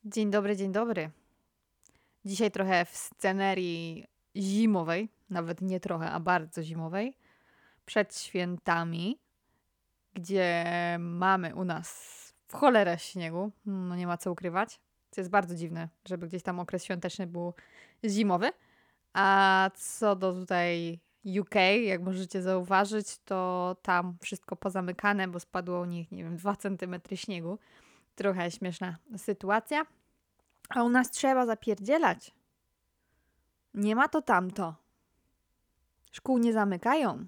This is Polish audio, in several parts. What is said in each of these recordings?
Dzień dobry, dzień dobry. Dzisiaj trochę w scenerii zimowej, nawet nie trochę, a bardzo zimowej, przed świętami, gdzie mamy u nas w cholerę śniegu, no nie ma co ukrywać. To jest bardzo dziwne, żeby gdzieś tam okres świąteczny był zimowy. A co do tutaj UK, jak możecie zauważyć, to tam wszystko pozamykane, bo spadło u nich, nie wiem, 2 centymetry śniegu. Trochę śmieszna sytuacja. A u nas trzeba zapierdzielać. Nie ma to tamto. Szkół nie zamykają.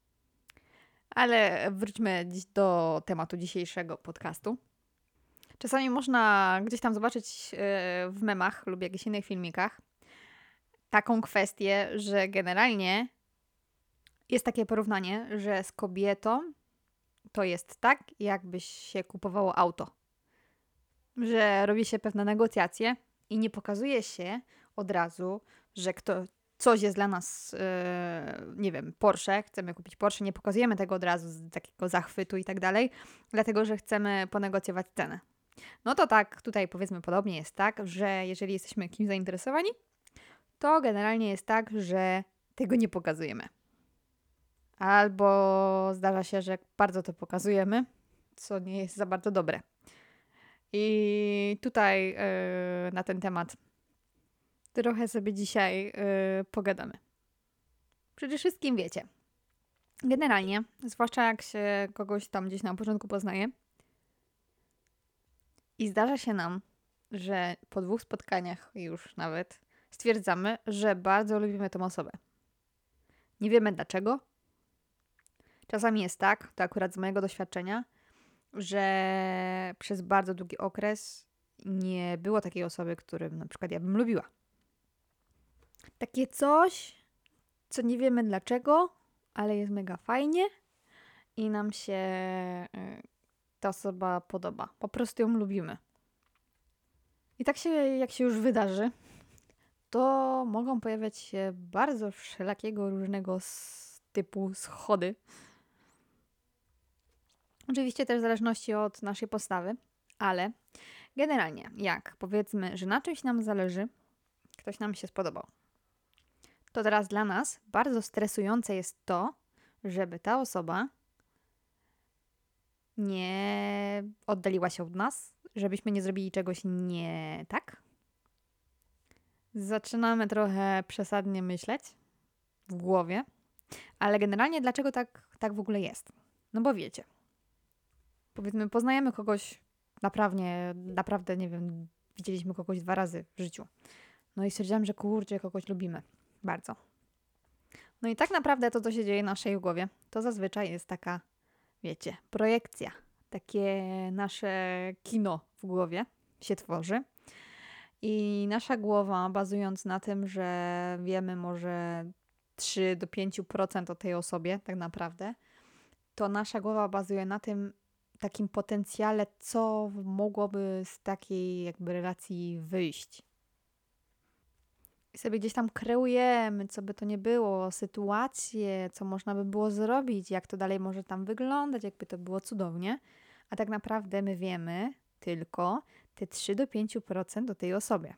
Ale wróćmy dziś do tematu dzisiejszego podcastu. Czasami można gdzieś tam zobaczyć w memach lub jakichś innych filmikach taką kwestię, że generalnie jest takie porównanie, że z kobietą to jest tak, jakbyś się kupowało auto. Że robi się pewne negocjacje i nie pokazuje się od razu, że coś jest dla nas, nie wiem, Porsche, chcemy kupić Porsche, nie pokazujemy tego od razu z takiego zachwytu i tak dalej, dlatego że chcemy ponegocjować cenę. No to tak, tutaj powiedzmy podobnie jest tak, że jeżeli jesteśmy kimś zainteresowani, to generalnie jest tak, że tego nie pokazujemy. Albo zdarza się, że bardzo to pokazujemy, co nie jest za bardzo dobre. I tutaj na ten temat trochę sobie dzisiaj pogadamy. Przede wszystkim wiecie, generalnie, zwłaszcza jak się kogoś tam gdzieś na początku poznaje i zdarza się nam, że po 2 spotkaniach już nawet stwierdzamy, że bardzo lubimy tą osobę. Nie wiemy dlaczego. Czasami jest tak, to akurat z mojego doświadczenia, że przez bardzo długi okres nie było takiej osoby, którym na przykład ja bym lubiła. Takie coś, co nie wiemy dlaczego, ale jest mega fajnie i nam się ta osoba podoba. Po prostu ją lubimy. I tak się, jak się już wydarzy, to mogą pojawiać się bardzo wszelakiego różnego typu schody. Oczywiście też w zależności od naszej postawy, ale generalnie, jak powiedzmy, że na czymś nam zależy, ktoś nam się spodobał, to teraz dla nas bardzo stresujące jest to, żeby ta osoba nie oddaliła się od nas, żebyśmy nie zrobili czegoś nie tak. Zaczynamy trochę przesadnie myśleć w głowie, ale generalnie dlaczego tak w ogóle jest? No bo wiecie, powiedzmy poznajemy kogoś naprawdę, nie wiem, widzieliśmy kogoś 2 razy w życiu. No i stwierdziłam, że kurczę, kogoś lubimy. Bardzo. No i tak naprawdę to, co się dzieje w naszej głowie, to zazwyczaj jest taka, wiecie, projekcja. Takie nasze kino w głowie się tworzy. I nasza głowa, bazując na tym, że wiemy może 3 do 5% o tej osobie tak naprawdę, to nasza głowa bazuje na tym takim potencjale, co mogłoby z takiej jakby relacji wyjść. I sobie gdzieś tam kreujemy, co by to nie było, sytuacje, co można by było zrobić, jak to dalej może tam wyglądać, jakby to było cudownie. A tak naprawdę my wiemy tylko te 3 do 5% o tej osobie.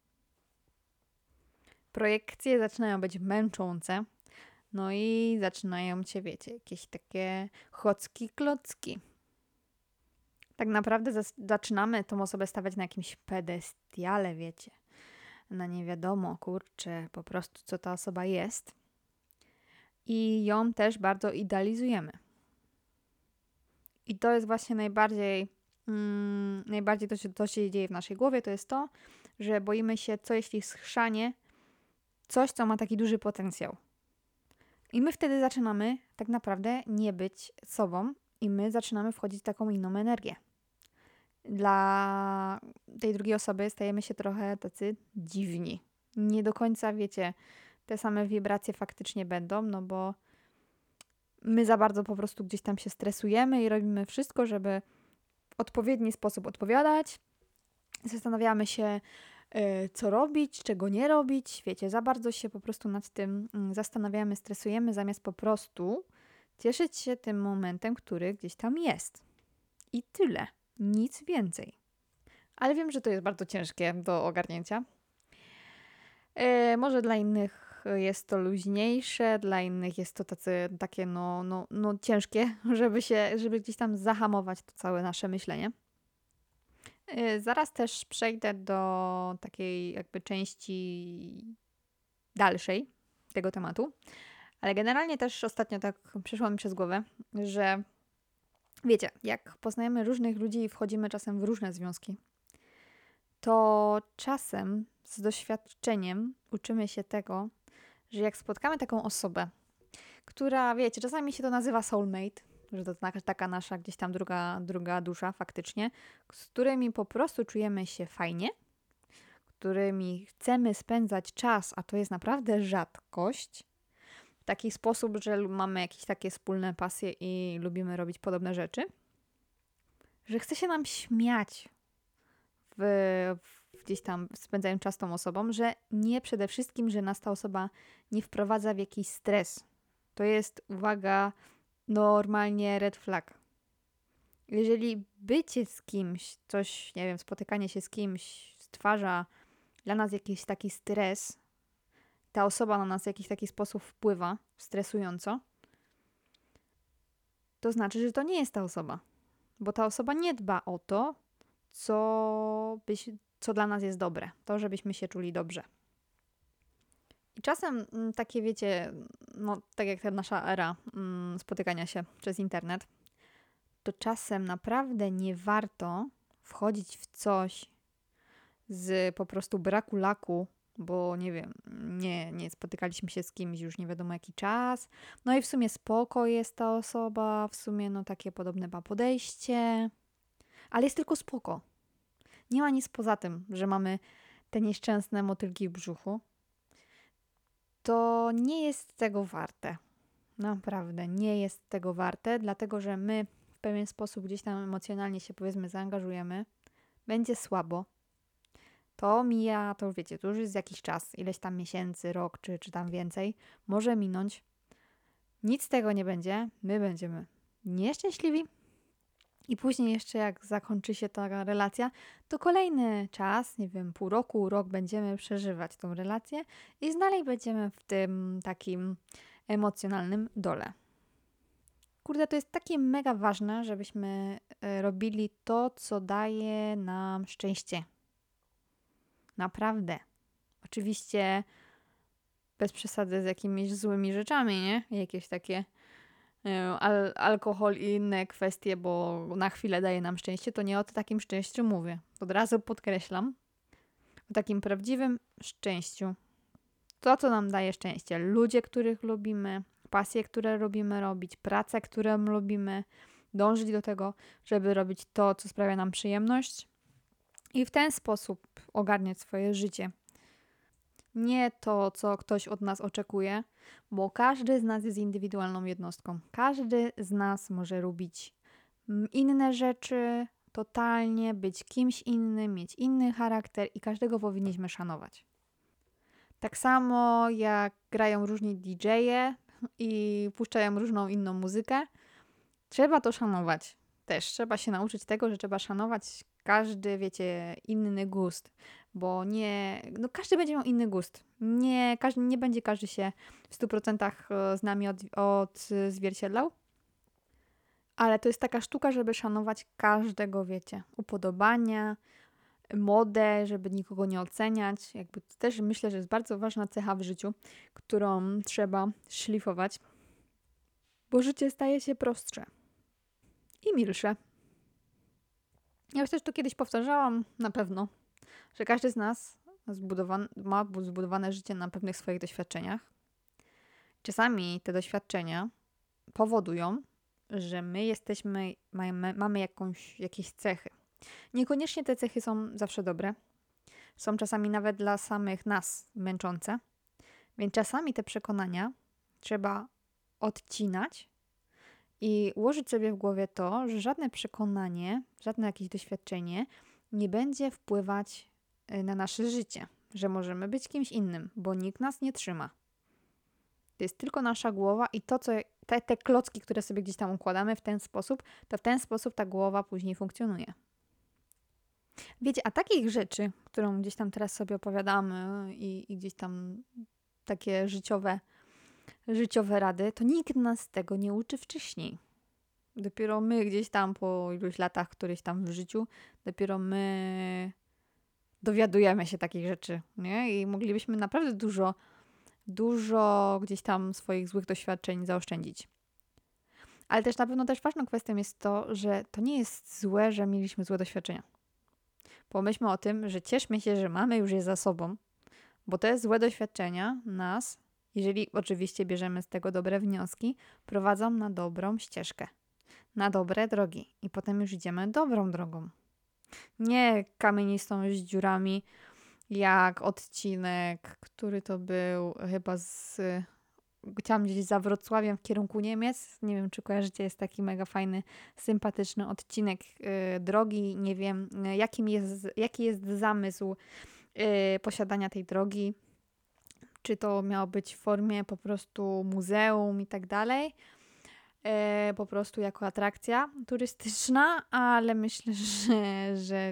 Projekcje zaczynają być męczące, no i zaczynają cię, wiecie, jakieś takie chocki, klocki. Tak naprawdę zaczynamy tą osobę stawiać na jakimś pedestiale, wiecie. Na nie wiadomo, kurczę, po prostu co ta osoba jest. I ją też bardzo idealizujemy. I to jest właśnie najbardziej to się dzieje w naszej głowie, to jest to, że boimy się, co jeśli schrzanie coś, co ma taki duży potencjał. I my wtedy zaczynamy tak naprawdę nie być sobą i my zaczynamy wchodzić w taką inną energię. Dla tej drugiej osoby stajemy się trochę tacy dziwni. Nie do końca, wiecie, te same wibracje faktycznie będą, no bo my za bardzo po prostu gdzieś tam się stresujemy i robimy wszystko, żeby w odpowiedni sposób odpowiadać. Zastanawiamy się, co robić, czego nie robić. Wiecie, za bardzo się po prostu nad tym zastanawiamy, stresujemy, zamiast po prostu cieszyć się tym momentem, który gdzieś tam jest. I tyle. Nic więcej. Ale wiem, że to jest bardzo ciężkie do ogarnięcia. Może dla innych jest to luźniejsze, dla innych jest to takie ciężkie, żeby gdzieś tam zahamować to całe nasze myślenie. Zaraz też przejdę do takiej jakby części dalszej tego tematu, ale generalnie też ostatnio tak przyszło mi przez głowę, że wiecie, jak poznajemy różnych ludzi i wchodzimy czasem w różne związki, to czasem z doświadczeniem uczymy się tego, że jak spotkamy taką osobę, która, wiecie, czasami się to nazywa soulmate, że to taka nasza gdzieś tam druga dusza faktycznie, z którymi po prostu czujemy się fajnie, którymi chcemy spędzać czas, a to jest naprawdę rzadkość, w taki sposób, że mamy jakieś takie wspólne pasje i lubimy robić podobne rzeczy, że chce się nam śmiać gdzieś tam spędzając czas z tą osobą, że nie przede wszystkim, że nas ta osoba nie wprowadza w jakiś stres. To jest, uwaga, normalnie red flag. Jeżeli bycie z kimś, nie wiem, spotykanie się z kimś stwarza dla nas jakiś taki stres, ta osoba na nas w jakiś taki sposób wpływa stresująco, to znaczy, że to nie jest ta osoba. Bo ta osoba nie dba o to, co dla nas jest dobre. To, żebyśmy się czuli dobrze. I czasem takie, wiecie, tak jak ta nasza era spotykania się przez internet, to czasem naprawdę nie warto wchodzić w coś z po prostu braku laku, bo nie wiem, nie spotykaliśmy się z kimś już nie wiadomo jaki czas. No i w sumie spoko jest ta osoba, w sumie takie podobne ma podejście, ale jest tylko spoko. Nie ma nic poza tym, że mamy te nieszczęsne motylki w brzuchu. To nie jest tego warte. Naprawdę nie jest tego warte, dlatego że my w pewien sposób gdzieś tam emocjonalnie się powiedzmy zaangażujemy. Będzie słabo. To mija, to już wiecie, to już jest jakiś czas, ileś tam miesięcy, rok czy tam więcej. Może minąć. Nic z tego nie będzie. My będziemy nieszczęśliwi. I później jeszcze jak zakończy się ta relacja, to kolejny czas, nie wiem, pół roku, rok będziemy przeżywać tą relację i dalej będziemy w tym takim emocjonalnym dole. Kurde, to jest takie mega ważne, żebyśmy robili to, co daje nam szczęście. Naprawdę. Oczywiście bez przesady z jakimiś złymi rzeczami, nie? Jakieś takie alkohol i inne kwestie, bo na chwilę daje nam szczęście, to nie o takim szczęściu mówię. Od razu podkreślam. O takim prawdziwym szczęściu. To, co nam daje szczęście. Ludzie, których lubimy, pasje, które lubimy robić, pracę, którą lubimy, dążyć do tego, żeby robić to, co sprawia nam przyjemność i w ten sposób ogarniać swoje życie. Nie to, co ktoś od nas oczekuje, bo każdy z nas jest indywidualną jednostką. Każdy z nas może lubić inne rzeczy, totalnie być kimś innym, mieć inny charakter i każdego powinniśmy szanować. Tak samo jak grają różni DJ-e i puszczają różną inną muzykę, trzeba to szanować. Też trzeba się nauczyć tego, że trzeba szanować każdy, wiecie, inny gust, bo każdy będzie miał inny gust. Nie będzie każdy się w 100% z nami odzwierciedlał, ale to jest taka sztuka, żeby szanować każdego, wiecie, upodobania, modę, żeby nikogo nie oceniać. Jakby to też myślę, że jest bardzo ważna cecha w życiu, którą trzeba szlifować, bo życie staje się prostsze i milsze. Ja już też to kiedyś powtarzałam, na pewno, że każdy z nas ma zbudowane życie na pewnych swoich doświadczeniach. Czasami te doświadczenia powodują, że mamy jakieś cechy. Niekoniecznie te cechy są zawsze dobre. Są czasami nawet dla samych nas męczące. Więc czasami te przekonania trzeba odcinać i ułożyć sobie w głowie to, że żadne przekonanie, żadne jakieś doświadczenie nie będzie wpływać na nasze życie. Że możemy być kimś innym, bo nikt nas nie trzyma. To jest tylko nasza głowa i to, co te klocki, które sobie gdzieś tam układamy w ten sposób, to w ten sposób ta głowa później funkcjonuje. Wiecie, a takich rzeczy, którą gdzieś tam teraz sobie opowiadamy i gdzieś tam takie życiowe rady, to nikt nas tego nie uczy wcześniej. Dopiero my gdzieś tam po iluś latach, któryś tam w życiu, dopiero my dowiadujemy się takich rzeczy, nie? I moglibyśmy naprawdę dużo gdzieś tam swoich złych doświadczeń zaoszczędzić. Ale też na pewno też ważną kwestią jest to, że to nie jest złe, że mieliśmy złe doświadczenia. Pomyślmy o tym, że cieszmy się, że mamy już je za sobą, bo te złe doświadczenia nas, jeżeli oczywiście bierzemy z tego dobre wnioski, prowadzą na dobrą ścieżkę, na dobre drogi i potem już idziemy dobrą drogą. Nie kamienistą z dziurami, jak odcinek, który to był chyba chciałam gdzieś za Wrocławiem w kierunku Niemiec. Nie wiem, czy kojarzycie, jest taki mega fajny, sympatyczny odcinek drogi. Nie wiem, jaki jest zamysł posiadania tej drogi. Czy to miało być w formie po prostu muzeum i tak dalej. Po prostu jako atrakcja turystyczna, ale myślę, że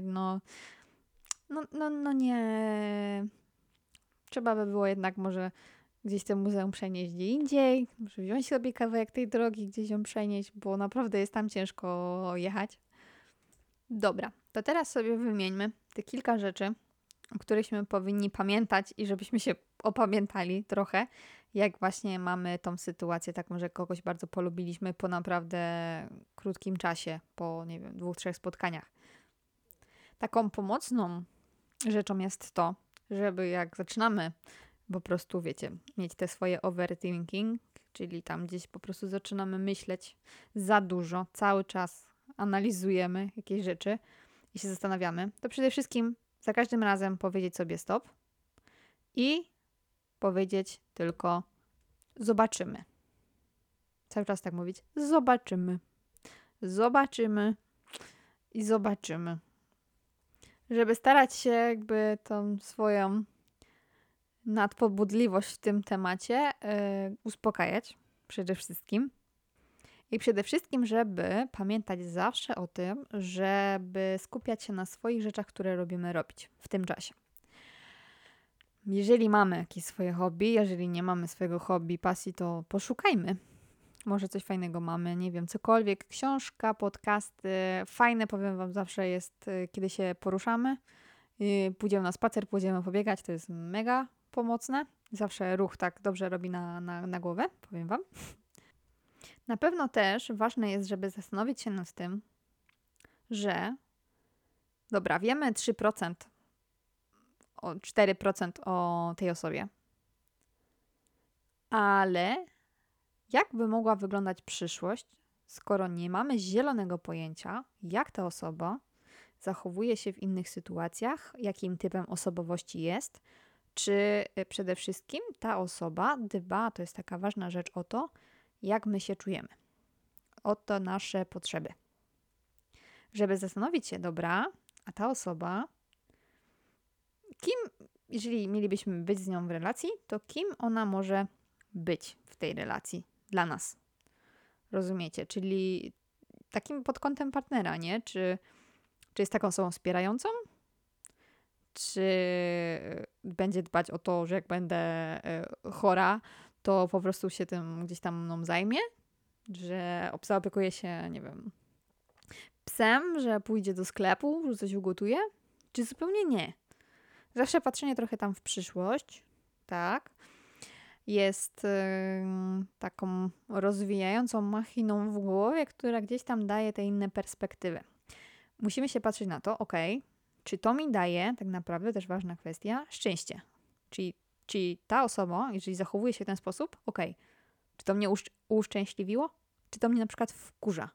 no nie. Trzeba by było jednak może gdzieś to muzeum przenieść gdzie indziej, może wziąć sobie kawałek tej drogi, gdzieś ją przenieść, bo naprawdę jest tam ciężko jechać. Dobra, to teraz sobie wymieńmy te kilka rzeczy, o którychśmy powinni pamiętać i żebyśmy się opamiętali trochę, jak właśnie mamy tą sytuację taką, że kogoś bardzo polubiliśmy po naprawdę krótkim czasie, po nie wiem, 2-3 spotkaniach. Taką pomocną rzeczą jest to, żeby jak zaczynamy po prostu, wiecie, mieć te swoje overthinking, czyli tam gdzieś po prostu zaczynamy myśleć za dużo, cały czas analizujemy jakieś rzeczy i się zastanawiamy, to przede wszystkim za każdym razem powiedzieć sobie stop i powiedzieć tylko zobaczymy. Cały czas tak mówić, zobaczymy. Zobaczymy i zobaczymy. Żeby starać się jakby tą swoją nadpobudliwość w tym temacie uspokajać przede wszystkim. I przede wszystkim, żeby pamiętać zawsze o tym, żeby skupiać się na swoich rzeczach, które robimy robić w tym czasie. Jeżeli mamy jakieś swoje hobby, jeżeli nie mamy swojego hobby, pasji, to poszukajmy. Może coś fajnego mamy, nie wiem, cokolwiek, książka, podcasty. Fajne, powiem wam, zawsze jest, kiedy się poruszamy. Pójdziemy na spacer, pójdziemy pobiegać, to jest mega pomocne. Zawsze ruch tak dobrze robi na głowę, powiem wam. Na pewno też ważne jest, żeby zastanowić się nad tym, że dobra, wiemy 3%, 4% o tej osobie, ale jak by mogła wyglądać przyszłość, skoro nie mamy zielonego pojęcia, jak ta osoba zachowuje się w innych sytuacjach, jakim typem osobowości jest, czy przede wszystkim ta osoba dba, to jest taka ważna rzecz, o to, jak my się czujemy. O to nasze potrzeby. Żeby zastanowić się, dobra, a ta osoba, jeżeli mielibyśmy być z nią w relacji, to kim ona może być w tej relacji dla nas? Rozumiecie? Czyli takim pod kątem partnera, nie? Czy jest taką osobą wspierającą? Czy będzie dbać o to, że jak będę chora, to po prostu się tym gdzieś tam mną zajmie? Że zaopiekuje się, nie wiem, psem, że pójdzie do sklepu, że coś ugotuje? Czy zupełnie nie? Zawsze patrzenie trochę tam w przyszłość, tak, jest taką rozwijającą machiną w głowie, która gdzieś tam daje te inne perspektywy. Musimy się patrzeć na to, czy to mi daje, tak naprawdę też ważna kwestia, szczęście. Czyli ta osoba, jeżeli zachowuje się w ten sposób, czy to mnie uszczęśliwiło? Czy to mnie na przykład wkurza?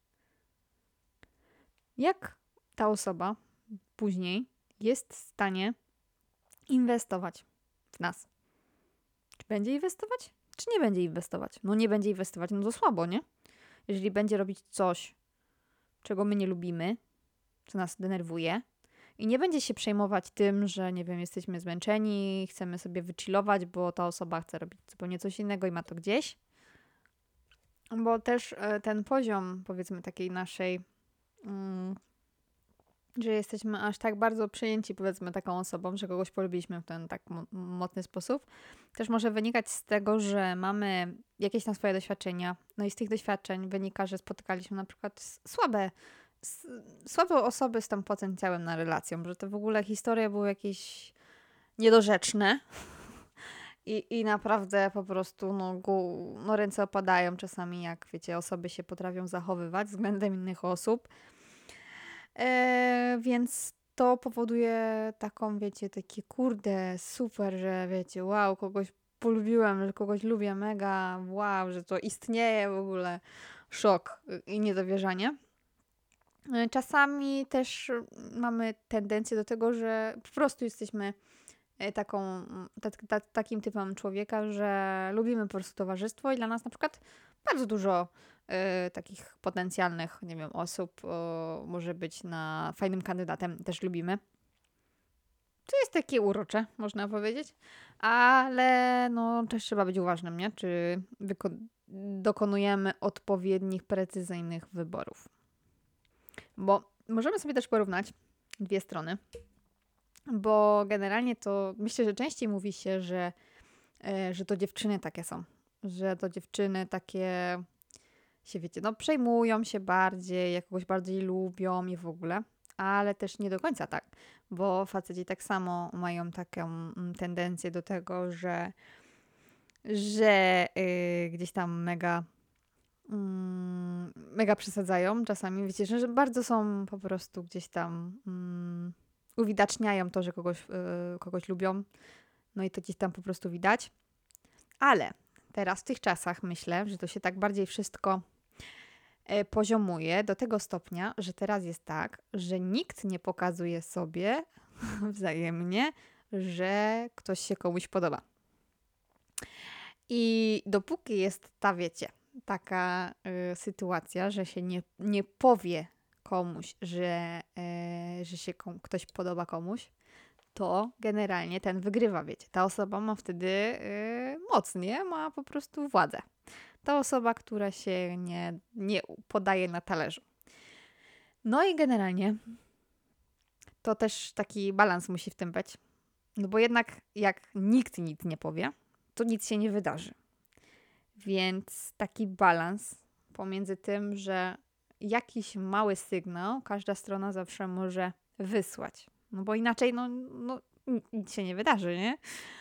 Jak ta osoba później jest w stanie inwestować w nas? Czy będzie inwestować? Czy nie będzie inwestować? No nie będzie inwestować, no to słabo, nie? Jeżeli będzie robić coś, czego my nie lubimy, co nas denerwuje i nie będzie się przejmować tym, że nie wiem, jesteśmy zmęczeni, chcemy sobie wychillować, bo ta osoba chce robić zupełnie coś innego i ma to gdzieś. Bo też ten poziom, powiedzmy, takiej naszej że jesteśmy aż tak bardzo przejęci, powiedzmy, taką osobą, że kogoś polubiliśmy w ten tak mocny sposób, też może wynikać z tego, że mamy jakieś tam swoje doświadczenia. No i z tych doświadczeń wynika, że spotykaliśmy na przykład s- słabe osoby z tam potencjałem na relację, że to w ogóle historie były jakieś niedorzeczne. I naprawdę po prostu no ręce opadają czasami, jak wiecie, osoby się potrafią zachowywać względem innych osób. Więc to powoduje taką, wiecie, takie kurde, super, że wiecie, wow, kogoś polubiłem, że kogoś lubię, mega, wow, że to istnieje w ogóle. Szok i niedowierzanie. Czasami też mamy tendencję do tego, że po prostu jesteśmy takim typem człowieka, że lubimy po prostu towarzystwo i dla nas na przykład bardzo dużo takich potencjalnych, nie wiem, osób może być na fajnym kandydatem, też lubimy. To jest takie urocze, można powiedzieć, ale no też trzeba być uważnym, nie? Czy dokonujemy odpowiednich, precyzyjnych wyborów. Bo możemy sobie też porównać dwie strony, bo generalnie to myślę, że częściej mówi się, że to dziewczyny takie są. Że to dziewczyny takie się, wiecie, no przejmują się bardziej, jak kogoś bardziej lubią i w ogóle. Ale też nie do końca tak, bo faceci tak samo mają taką tendencję do tego, że gdzieś tam mega przesadzają czasami. Wiecie, że bardzo są po prostu gdzieś tam uwidaczniają to, że kogoś lubią. No i to gdzieś tam po prostu widać. Ale teraz w tych czasach myślę, że to się tak bardziej wszystko poziomuje do tego stopnia, że teraz jest tak, że nikt nie pokazuje sobie wzajemnie, że ktoś się komuś podoba. I dopóki jest ta, wiecie, taka sytuacja, że się nie powie komuś, że się ktoś podoba komuś, to generalnie ten wygrywa, wiecie. Ta osoba ma wtedy moc, nie? Ma po prostu władzę. Ta osoba, która się nie podaje na talerzu. No i generalnie to też taki balans musi w tym być. No bo jednak jak nikt nic nie powie, to nic się nie wydarzy. Więc taki balans pomiędzy tym, że jakiś mały sygnał każda strona zawsze może wysłać. No bo inaczej no nic się nie wydarzy, nie?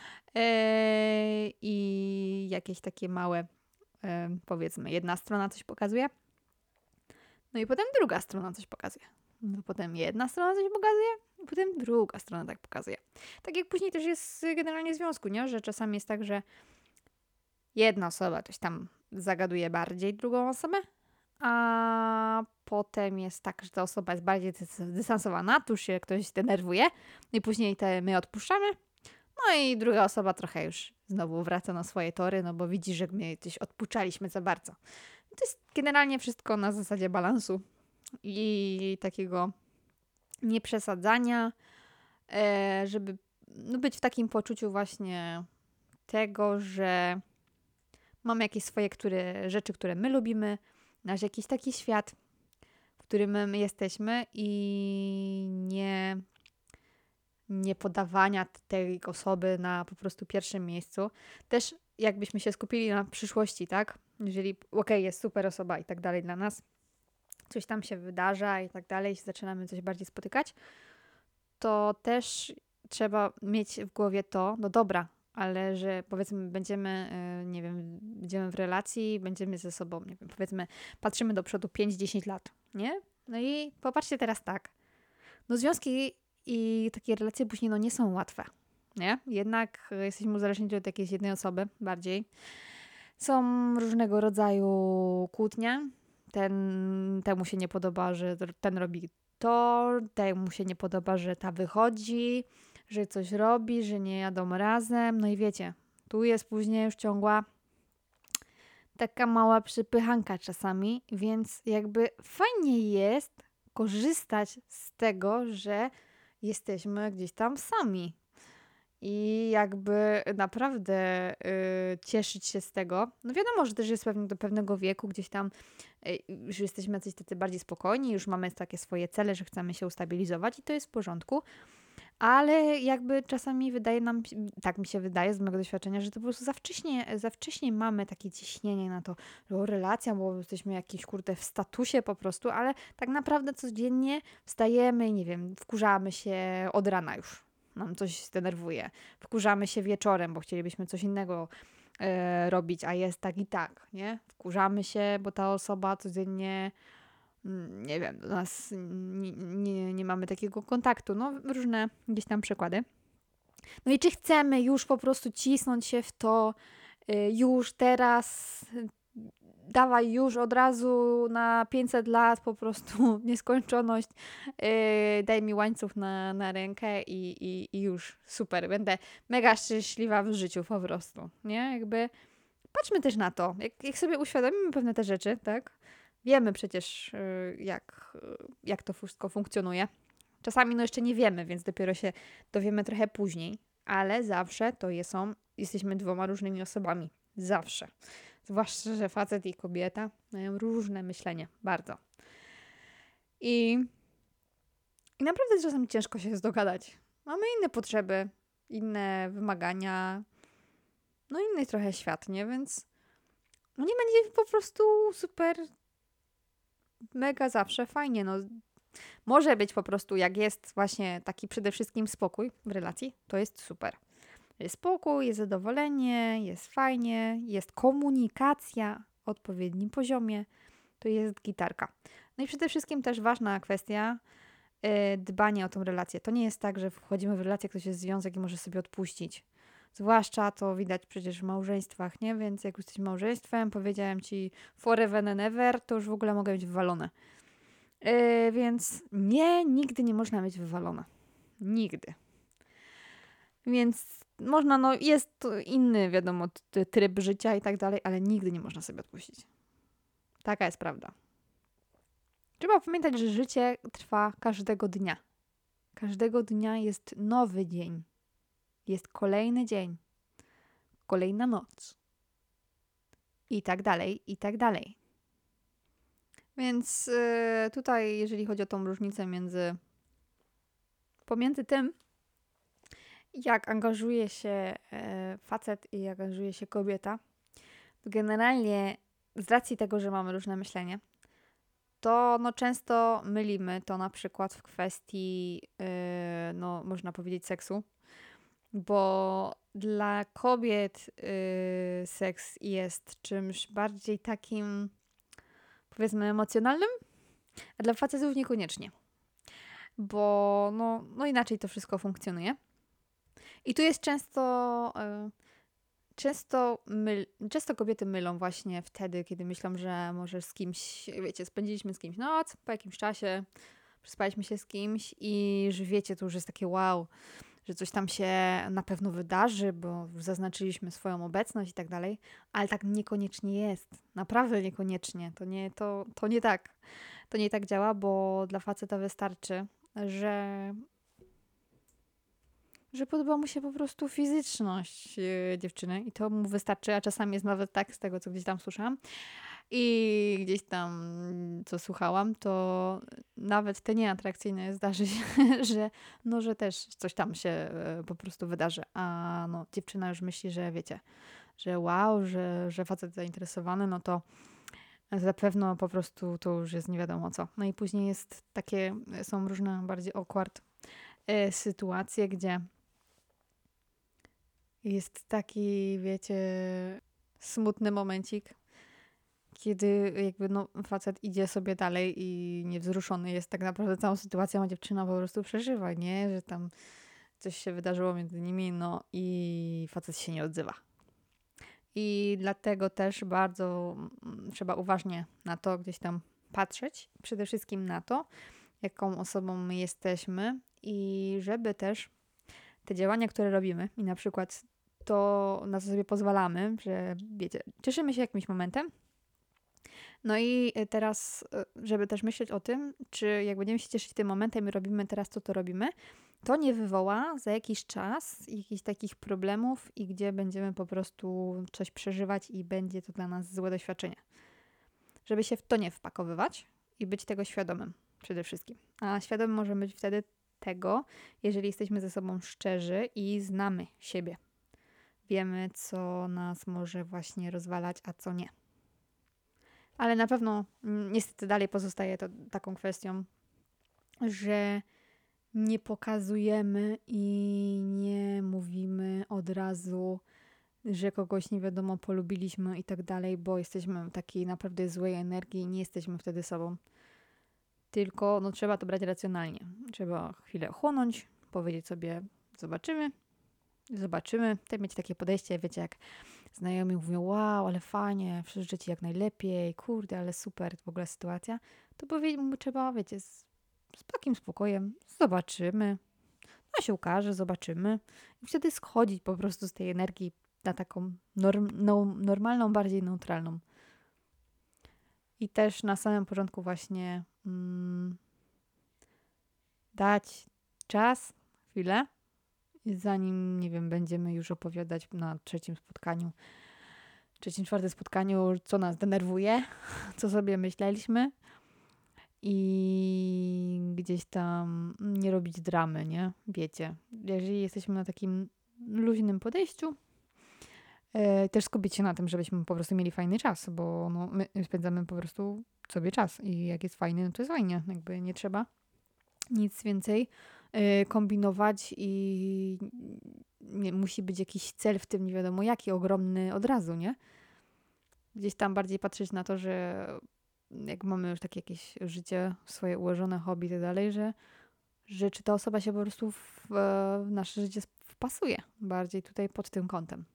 I jakieś takie małe, powiedzmy, jedna strona coś pokazuje, no i potem druga strona coś pokazuje. No potem jedna strona coś pokazuje, i potem druga strona tak pokazuje. Tak jak później też jest generalnie w związku, nie? Że czasami jest tak, że jedna osoba coś tam zagaduje bardziej drugą osobę, a potem jest tak, że ta osoba jest bardziej zdystansowana, tu się ktoś denerwuje i później my odpuszczamy, no i druga osoba trochę już znowu wraca na swoje tory, no bo widzi, że my coś odpuszczaliśmy za bardzo. To jest generalnie wszystko na zasadzie balansu i takiego nieprzesadzania, żeby być w takim poczuciu właśnie tego, że mamy jakieś swoje rzeczy, które my lubimy, nasz jakiś taki świat, w którym my jesteśmy i nie podawania tej osoby na po prostu pierwszym miejscu. Też jakbyśmy się skupili na przyszłości, tak? Jeżeli jest super osoba i tak dalej dla nas, coś tam się wydarza i tak dalej, zaczynamy coś bardziej spotykać, to też trzeba mieć w głowie to, no dobra, ale że powiedzmy będziemy, nie wiem, będziemy w relacji, będziemy ze sobą, nie wiem, powiedzmy patrzymy do przodu 5-10 lat, nie? No i popatrzcie teraz tak. No związki i takie relacje później nie są łatwe, nie? Jednak jesteśmy uzależnieni od jakiejś jednej osoby bardziej. Są różnego rodzaju kłótnie. Temu się nie podoba, że ten robi to, temu się nie podoba, że ta wychodzi, że coś robi, że nie jadą razem. No i wiecie, tu jest później już ciągła taka mała przypychanka czasami, więc jakby fajnie jest korzystać z tego, że jesteśmy gdzieś tam sami. I jakby naprawdę cieszyć się z tego. No wiadomo, że też jest do pewnego wieku gdzieś tam Już jesteśmy jacyś tacy bardziej spokojni, już mamy takie swoje cele, że chcemy się ustabilizować i to jest w porządku. Ale jakby czasami wydaje nam, tak mi się wydaje z mojego doświadczenia, że to po prostu za wcześnie mamy takie ciśnienie na to, że o, relacja, bo jesteśmy jakiś kurde w statusie po prostu, ale tak naprawdę codziennie wstajemy i nie wiem, wkurzamy się od rana już. Nam coś zdenerwuje. Wkurzamy się wieczorem, bo chcielibyśmy coś innego robić, a jest tak i tak, nie? Wkurzamy się, bo ta osoba codziennie nie wiem, do nas nie mamy takiego kontaktu. No, różne gdzieś tam przykłady. No i czy chcemy już po prostu cisnąć się w to, już teraz, dawaj już od razu na 500 lat po prostu nieskończoność, daj mi łańcuch na rękę i już super, będę mega szczęśliwa w życiu po prostu, nie? Jakby patrzmy też na to, jak sobie uświadomimy pewne te rzeczy, tak? Wiemy przecież, jak to wszystko funkcjonuje. Czasami no jeszcze nie wiemy, więc dopiero się dowiemy trochę później, ale zawsze jesteśmy dwoma różnymi osobami. Zawsze. Zwłaszcza, że facet i kobieta mają różne myślenie. Bardzo. I naprawdę czasem ciężko się dogadać. Mamy inne potrzeby, inne wymagania, no inny trochę świat, nie? Więc no nie będzie po prostu super mega zawsze fajnie, no. Może być po prostu, jak jest właśnie taki przede wszystkim spokój w relacji, to jest super. Jest spokój, jest zadowolenie, jest fajnie, jest komunikacja w odpowiednim poziomie, to jest gitarka. No i przede wszystkim też ważna kwestia, dbanie o tą relację. To nie jest tak, że wchodzimy w relację, ktoś jest związek i może sobie odpuścić. Zwłaszcza to widać przecież w małżeństwach, nie? Więc jak jesteś małżeństwem, powiedziałem ci forever and ever, to już w ogóle mogę być wywalone. Więc nie, nigdy nie można mieć wywalone. Nigdy. Więc można, no jest to inny, wiadomo, tryb życia i tak dalej, ale nigdy nie można sobie odpuścić. Taka jest prawda. Trzeba pamiętać, że życie trwa każdego dnia. Każdego dnia jest nowy dzień. Jest kolejny dzień. Kolejna noc. I tak dalej, i tak dalej. Więc tutaj, jeżeli chodzi o tą różnicę pomiędzy tym, jak angażuje się facet i jak angażuje się kobieta, to generalnie z racji tego, że mamy różne myślenie, to no, często mylimy to na przykład w kwestii, no, można powiedzieć, seksu, bo dla kobiet seks jest czymś bardziej takim, powiedzmy, emocjonalnym, a dla facetów niekoniecznie, bo no inaczej to wszystko funkcjonuje. I tu jest często kobiety mylą właśnie wtedy, kiedy myślą, że może z kimś, wiecie, spędziliśmy z kimś noc, po jakimś czasie przespaliśmy się z kimś i że wiecie, to już jest takie wow, że coś tam się na pewno wydarzy, bo zaznaczyliśmy swoją obecność i tak dalej, ale tak niekoniecznie jest. Naprawdę niekoniecznie. To nie tak. To nie tak działa, bo dla faceta wystarczy, że podoba mu się po prostu fizyczność dziewczyny i to mu wystarczy, a czasami jest nawet tak z tego, co gdzieś tam słyszałam i gdzieś tam, co słuchałam, to nawet te nieatrakcyjne zdarzy się, że też coś tam się po prostu wydarzy, a no dziewczyna już myśli, że wiecie, że wow, że facet zainteresowany, no to zapewne po prostu to już jest nie wiadomo co. No i później są różne bardziej awkward sytuacje, gdzie jest taki, wiecie, smutny momencik, kiedy jakby no facet idzie sobie dalej i niewzruszony jest tak naprawdę całą sytuacją, a dziewczyna po prostu przeżywa, nie? Że tam coś się wydarzyło między nimi, no i facet się nie odzywa. I dlatego też bardzo trzeba uważnie na to gdzieś tam patrzeć. Przede wszystkim na to, jaką osobą my jesteśmy i żeby też te działania, które robimy i na przykład to, na co sobie pozwalamy, że wiecie, cieszymy się jakimś momentem. No i teraz, żeby też myśleć o tym, czy jak będziemy się cieszyć tym momentem i robimy teraz to robimy, to nie wywoła za jakiś czas jakichś takich problemów i gdzie będziemy po prostu coś przeżywać i będzie to dla nas złe doświadczenie. żeby się w to nie wpakowywać i być tego świadomym przede wszystkim. A świadomym możemy być wtedy tego, jeżeli jesteśmy ze sobą szczerzy i znamy siebie. Wiemy, co nas może właśnie rozwalać, a co nie. Ale na pewno niestety dalej pozostaje to taką kwestią, że nie pokazujemy i nie mówimy od razu, że kogoś nie wiadomo polubiliśmy i tak dalej, bo jesteśmy w takiej naprawdę złej energii i nie jesteśmy wtedy sobą. Tylko trzeba to brać racjonalnie. Trzeba chwilę chłonąć, powiedzieć sobie zobaczymy. Tutaj mieć takie podejście, wiecie, jak znajomi mówią, wow, ale fajnie, życzę ci jak najlepiej, kurde, ale super w ogóle sytuacja. To powiedzieć mu trzeba, wiecie, z takim spokojem, zobaczymy. No się ukaże, zobaczymy. I wtedy schodzić po prostu z tej energii na taką normalną, bardziej neutralną. I też na samym początku właśnie dać czas, chwilę, zanim, nie wiem, będziemy już opowiadać na trzecim, czwartym spotkaniu, co nas denerwuje, co sobie myśleliśmy i gdzieś tam nie robić dramy, nie? Wiecie, jeżeli jesteśmy na takim luźnym podejściu, też skupić się na tym, żebyśmy po prostu mieli fajny czas, bo my spędzamy po prostu sobie czas i jak jest fajny, no to jest fajnie. Jakby nie trzeba nic więcej kombinować i nie, musi być jakiś cel w tym, nie wiadomo jaki, ogromny od razu, nie? Gdzieś tam bardziej patrzeć na to, że jak mamy już takie jakieś życie, swoje ułożone hobby i tak dalej, że czy ta osoba się po prostu w nasze życie wpasuje. Bardziej tutaj pod tym kątem.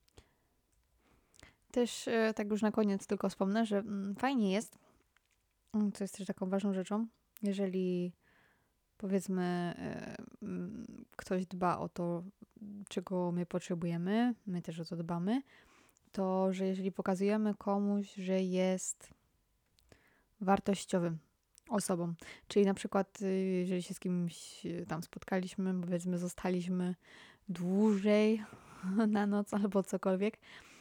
Też tak już na koniec tylko wspomnę, że fajnie jest, co jest też taką ważną rzeczą, jeżeli powiedzmy ktoś dba o to, czego my potrzebujemy, my też o to dbamy, to, że jeżeli pokazujemy komuś, że jest wartościowym osobą, czyli na przykład jeżeli się z kimś tam spotkaliśmy, powiedzmy zostaliśmy dłużej na noc albo cokolwiek,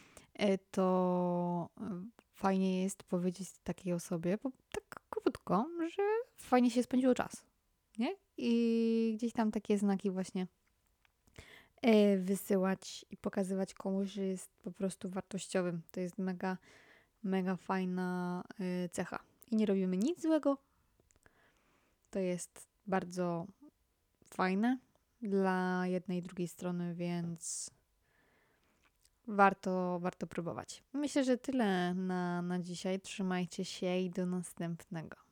to fajnie jest powiedzieć takiej osobie, bo tak krótko, że fajnie się spędziło czas, nie? I gdzieś tam takie znaki właśnie wysyłać i pokazywać komuś, że jest po prostu wartościowym. To jest mega, mega fajna cecha. I nie robimy nic złego. To jest bardzo fajne dla jednej i drugiej strony, więc warto próbować. Myślę, że tyle na dzisiaj. Trzymajcie się i do następnego.